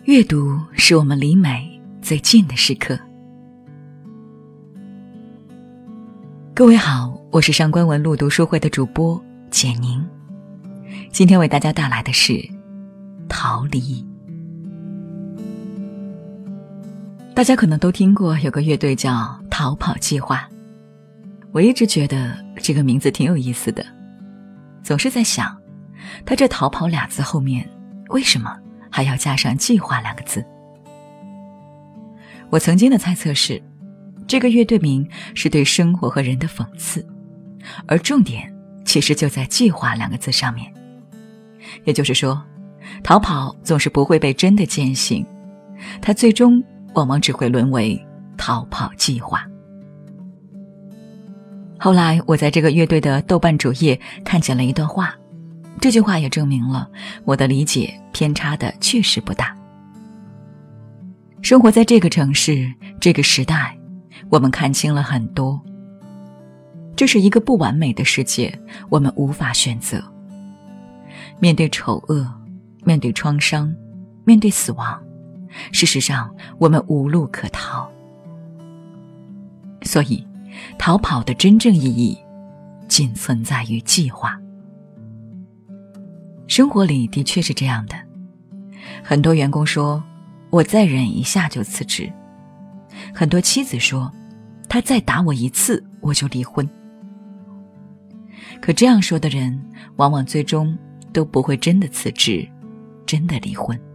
阅读是我们离美最近的时刻。各位好，我是上官文路读书会的主播简宁，今天为大家带来的是逃离。大家可能都听过有个乐队叫逃跑计划，我一直觉得这个名字挺有意思的，总是在想他这逃跑俩字后面为什么还要加上计划两个字。我曾经的猜测是，这个乐队名是对生活和人的讽刺，而重点其实就在计划两个字上面。也就是说，逃跑总是不会被真的践行，它最终往往只会沦为逃跑计划。后来我在这个乐队的豆瓣主页看见了一段话，这句话也证明了我的理解偏差的确实不大。生活在这个城市，这个时代，我们看清了很多。这是一个不完美的世界，我们无法选择。面对丑恶，面对创伤，面对死亡，事实上我们无路可逃。所以逃跑的真正意义仅存在于计划。生活里的确是这样的，很多员工说我再忍一下就辞职，很多妻子说他再打我一次我就离婚。可这样说的人往往最终都不会真的辞职，真的离婚。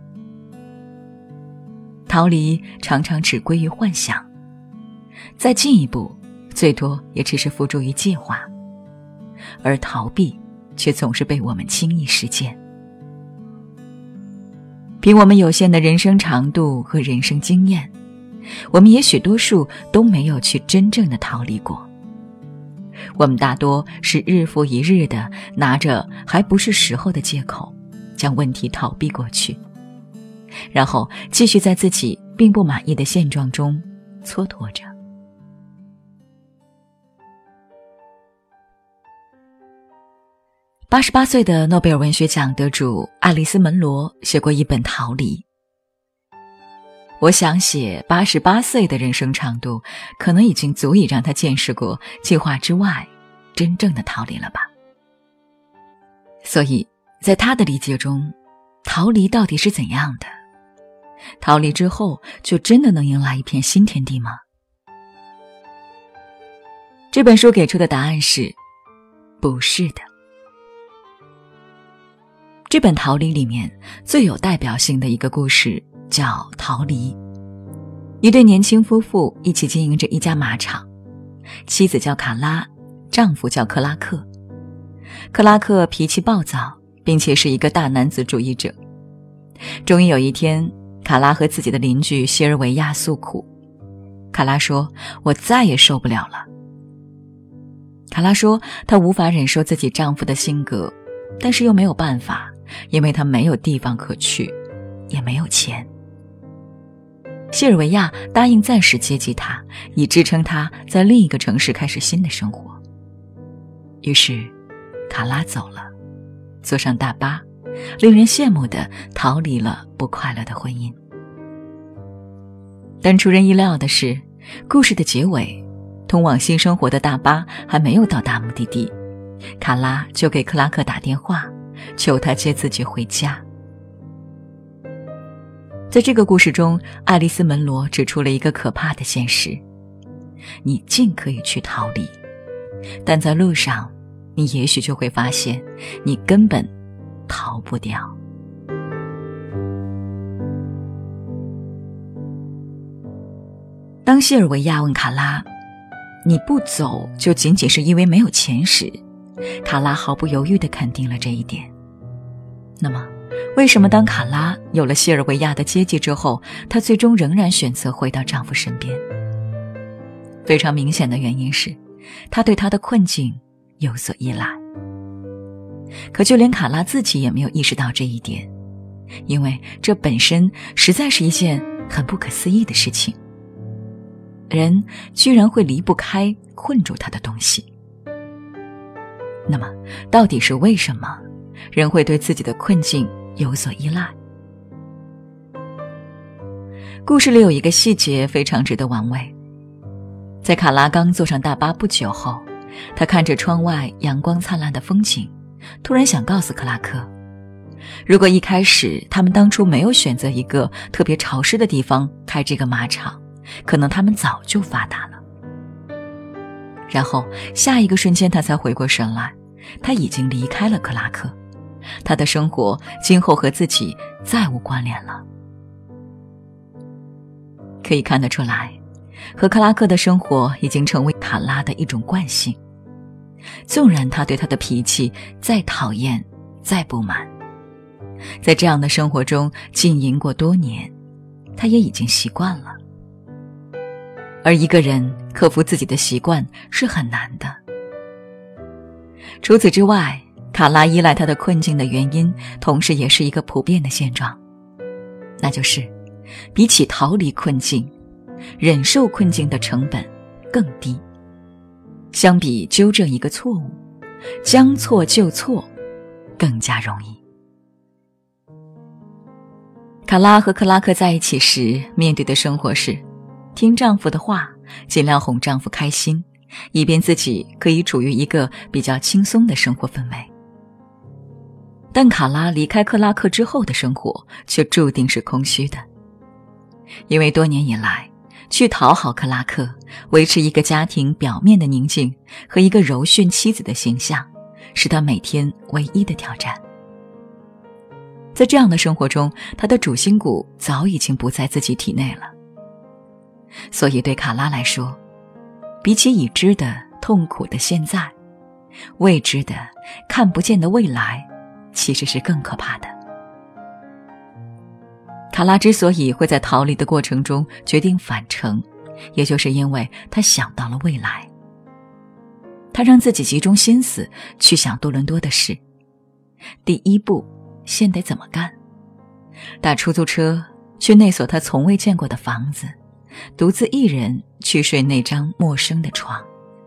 逃离常常只归于幻想，再进一步最多也只是付诸于计划，而逃避却总是被我们轻易实践。凭我们有限的人生长度和人生经验，我们也许多数都没有去真正的逃离过。我们大多是日复一日的拿着还不是时候的借口，将问题逃避过去，然后继续在自己并不满意的现状中蹉跎着。88岁的诺贝尔文学奖得主爱丽丝·门罗写过一本《逃离》。我想写88岁的人生长度，可能已经足以让他见识过计划之外真正的逃离了吧。所以在他的理解中，逃离到底是怎样的？逃离之后就真的能迎来一片新天地吗？这本书给出的答案是不是的。这本《逃离》里面最有代表性的一个故事叫《逃离》。一对年轻夫妇一起经营着一家马场，妻子叫卡拉，丈夫叫克拉克。克拉克脾气暴躁，并且是一个大男子主义者。终于有一天，卡拉和自己的邻居谢尔维亚诉苦。卡拉说，我再也受不了了。卡拉说，她无法忍受自己丈夫的性格，但是又没有办法，因为她没有地方可去，也没有钱。谢尔维亚答应暂时接济她，以支撑她在另一个城市开始新的生活。于是卡拉走了，坐上大巴，令人羡慕地逃离了不快乐的婚姻。但出人意料的是，故事的结尾，通往新生活的大巴还没有到达目的地，卡拉就给克拉克打电话，求他接自己回家。在这个故事中，爱丽丝·门罗指出了一个可怕的现实：你尽可以去逃离，但在路上，你也许就会发现，你根本逃不掉。当谢尔维亚问卡拉，你不走就仅仅是因为没有钱时，卡拉毫不犹豫地肯定了这一点。那么为什么当卡拉有了谢尔维亚的接济之后，她最终仍然选择回到丈夫身边？非常明显的原因是，她对他的困境有所依赖。可就连卡拉自己也没有意识到这一点，因为这本身实在是一件很不可思议的事情。人居然会离不开困住他的东西。那么到底是为什么人会对自己的困境有所依赖？ 故事里有一个细节非常值得玩味。在卡拉刚坐上大巴不久后，他看着窗外阳光灿烂的风景，突然想告诉克拉克，如果一开始他们当初没有选择一个特别潮湿的地方开这个马场，可能他们早就发达了。然后下一个瞬间他才回过神来，他已经离开了克拉克，他的生活今后和自己再无关联了。可以看得出来，和克拉克的生活已经成为卡拉的一种惯性，纵然他对他的脾气再讨厌再不满，在这样的生活中浸淫过多年，他也已经习惯了。而一个人克服自己的习惯是很难的。除此之外，卡拉依赖他的困境的原因，同时也是一个普遍的现状，那就是比起逃离困境，忍受困境的成本更低。相比纠正一个错误，将错就错更加容易。卡拉和克拉克在一起时，面对的生活是听丈夫的话，尽量哄丈夫开心，以便自己可以处于一个比较轻松的生活氛围。但卡拉离开克拉克之后的生活却注定是空虚的，因为多年以来，去讨好克拉克，维持一个家庭表面的宁静和一个柔顺妻子的形象，是他每天唯一的挑战。在这样的生活中，他的主心骨早已经不在自己体内了。所以对卡拉来说，比起已知的痛苦的现在，未知的看不见的未来其实是更可怕的。卡拉之所以会在逃离的过程中决定返程，也就是因为他想到了未来。他让自己集中心思去想多伦多的事。第一步，先得怎么干？打出租车去那所他从未见过的房子，独自一人去睡那张陌生的床。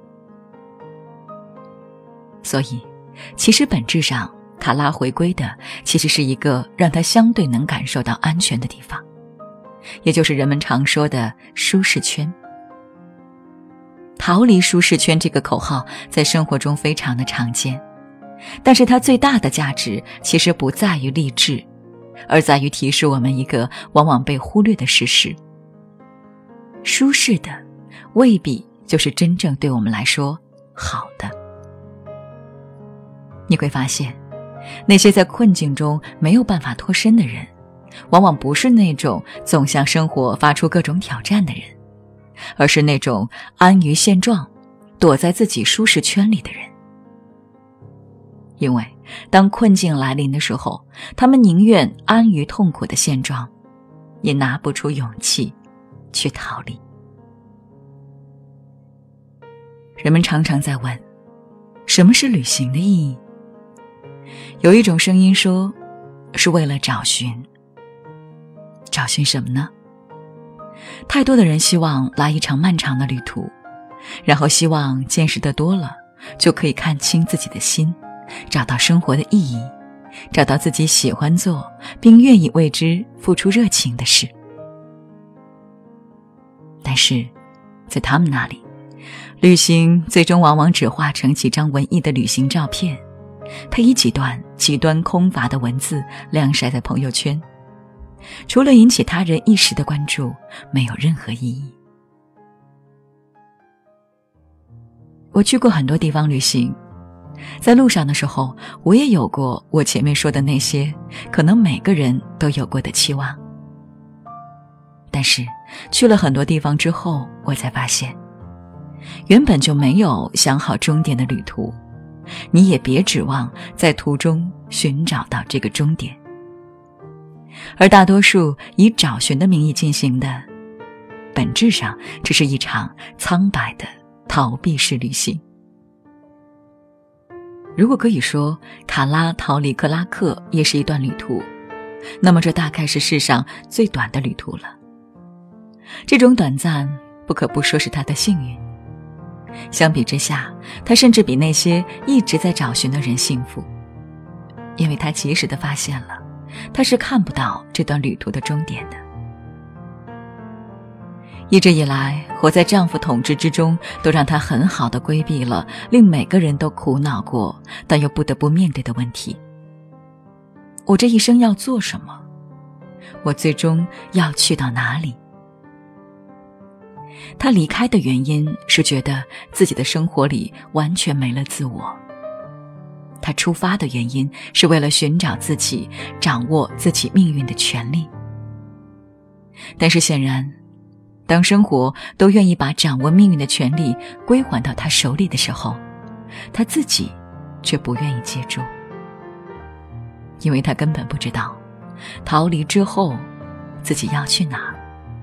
所以，其实本质上，卡拉回归的其实是一个让他相对能感受到安全的地方，也就是人们常说的舒适圈。逃离舒适圈这个口号在生活中非常的常见，但是它最大的价值其实不在于励志，而在于提示我们一个往往被忽略的事实：舒适的未必就是真正对我们来说好的。你会发现，那些在困境中没有办法脱身的人，往往不是那种总向生活发出各种挑战的人，而是那种安于现状，躲在自己舒适圈里的人。因为当困境来临的时候，他们宁愿安于痛苦的现状，也拿不出勇气去逃离。人们常常在问，什么是旅行的意义？有一种声音说，是为了找寻。找寻什么呢？太多的人希望来一场漫长的旅途，然后希望见识得多了，就可以看清自己的心，找到生活的意义，找到自己喜欢做并愿意为之付出热情的事。但是在他们那里，旅行最终往往只化成几张文艺的旅行照片，配以几段极端空乏的文字晾晒在朋友圈，除了引起他人一时的关注，没有任何意义。我去过很多地方旅行，在路上的时候，我也有过我前面说的那些可能每个人都有过的期望。但是去了很多地方之后，我才发现，原本就没有想好终点的旅途，你也别指望在途中寻找到这个终点。而大多数以找寻的名义进行的，本质上只是一场苍白的逃避式旅行。如果可以说卡拉逃离克拉克也是一段旅途，那么这大概是世上最短的旅途了。这种短暂不可不说是他的幸运，相比之下，他甚至比那些一直在找寻的人幸福，因为他及时地发现了他是看不到这段旅途的终点的。 一直以来，活在丈夫统治之中，都让她很好地规避了令每个人都苦恼过，但又不得不面对的问题：我这一生要做什么？我最终要去到哪里？她离开的原因是觉得自己的生活里完全没了自我。她出发的原因是为了寻找自己，掌握自己命运的权利。但是显然，当生活都愿意把掌握命运的权利归还到她手里的时候，她自己却不愿意接住。因为她根本不知道逃离之后自己要去哪儿。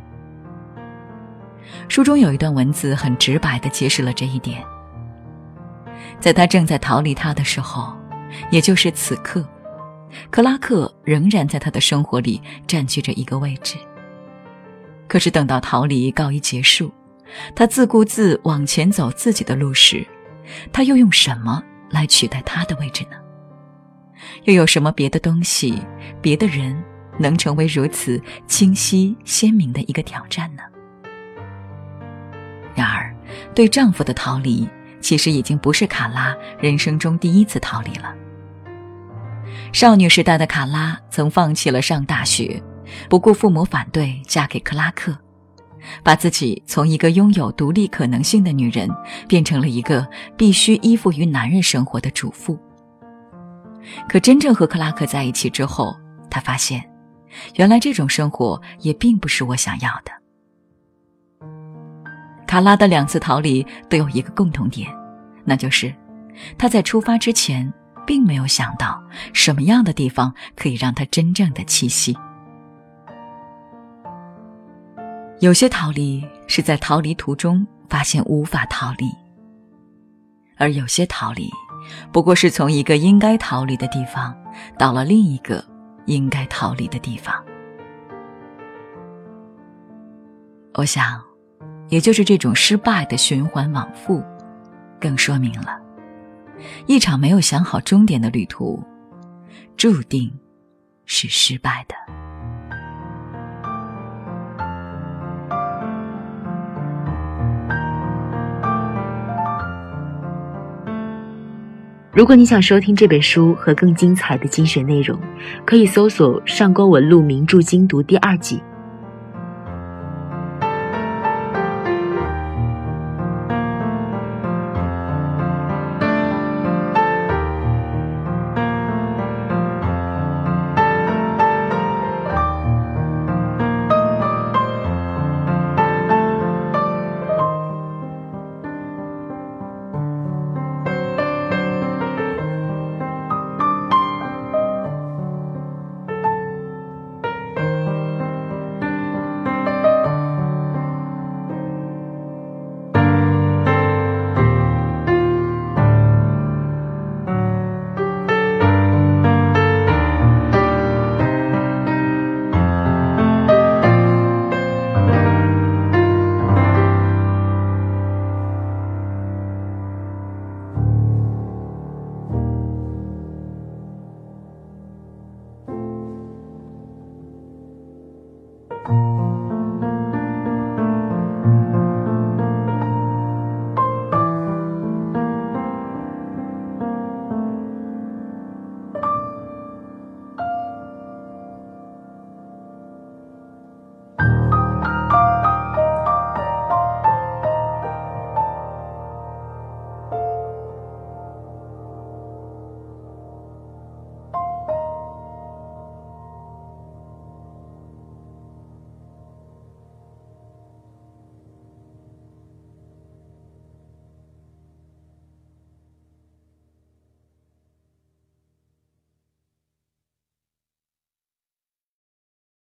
书中有一段文字很直白地揭示了这一点。在他正在逃离他的时候，也就是此刻，克拉克仍然在他的生活里占据着一个位置。可是等到逃离告一结束，他自顾自往前走自己的路时，他又用什么来取代他的位置呢？又有什么别的东西、别的人能成为如此清晰鲜明的一个挑战呢？然而，对丈夫的逃离其实已经不是卡拉人生中第一次逃离了。少女时代的卡拉曾放弃了上大学，不顾父母反对嫁给克拉克，把自己从一个拥有独立可能性的女人变成了一个必须依附于男人生活的主妇。可真正和克拉克在一起之后，她发现原来这种生活也并不是我想要的。卡拉的2次逃离都有一个共同点，那就是她在出发之前并没有想到什么样的地方可以让她真正的栖息。有些逃离是在逃离途中发现无法逃离，而有些逃离不过是从一个应该逃离的地方到了另一个应该逃离的地方。我想也就是这种失败的循环往复，更说明了一场没有想好终点的旅途注定是失败的。 如果你想收听这本书和更精彩的精选内容，可以搜索上官文录名著精读第2季，